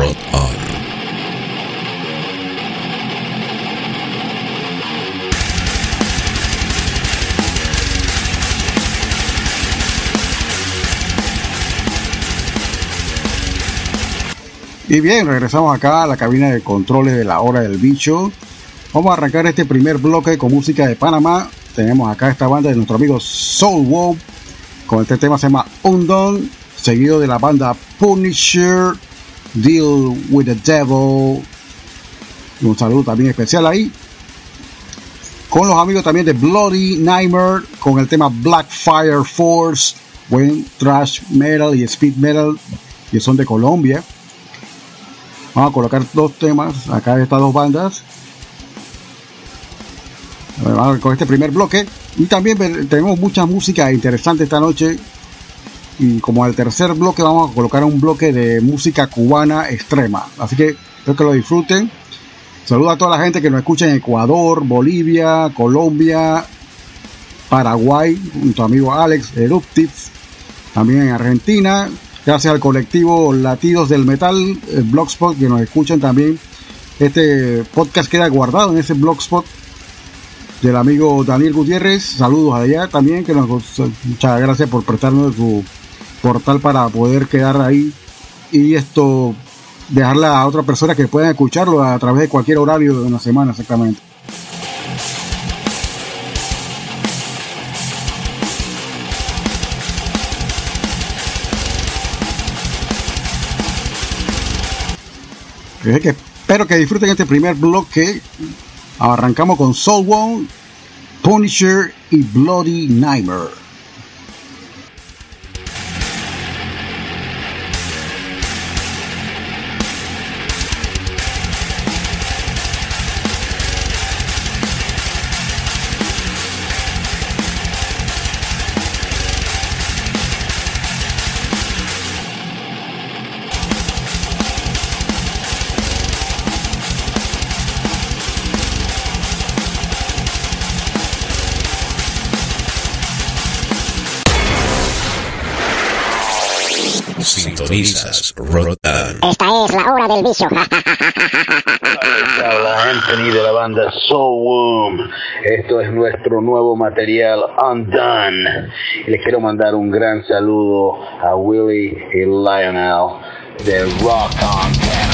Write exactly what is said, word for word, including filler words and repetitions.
Rock On. Y bien, regresamos acá a la cabina de controles de la hora del bicho. Vamos a arrancar este primer bloque con música de Panamá. Tenemos acá esta banda de nuestro amigo Soulwolf, con este tema se llama Undone, seguido de la banda Punisher, Deal with the Devil. Un saludo también especial ahí. Con los amigos también de Bloody Nightmare, con el tema Black Fire Force, buen thrash metal y speed metal, que son de Colombia. Vamos a colocar dos temas acá de estas dos bandas con este primer bloque. Y también tenemos mucha música interesante esta noche. Y como al tercer bloque vamos a colocar un bloque de música cubana extrema. Así que espero que lo disfruten. Saludos a toda la gente que nos escucha en Ecuador, Bolivia, Colombia, Paraguay, junto a amigo Alex Eruptive, también en Argentina. Gracias al colectivo Latidos del Metal, el Blogspot, que nos escuchan también. Este podcast queda guardado en ese Blogspot del amigo Daniel Gutiérrez. Saludos allá también, que nos, muchas gracias por prestarnos su portal para poder quedar ahí y esto dejarla a otra persona que puedan escucharlo a través de cualquier horario de una semana exactamente. Que espero que disfruten este primer bloque. Arrancamos con Soulwolf, Punisher y Bloody Nightmare. Sintonizas Rock On. Esta es la hora del bicho. Habla Anthony de la banda Soulwolf. Esto es nuestro nuevo material Undone. Y les quiero mandar un gran saludo a Willie y Lionel de Rock On.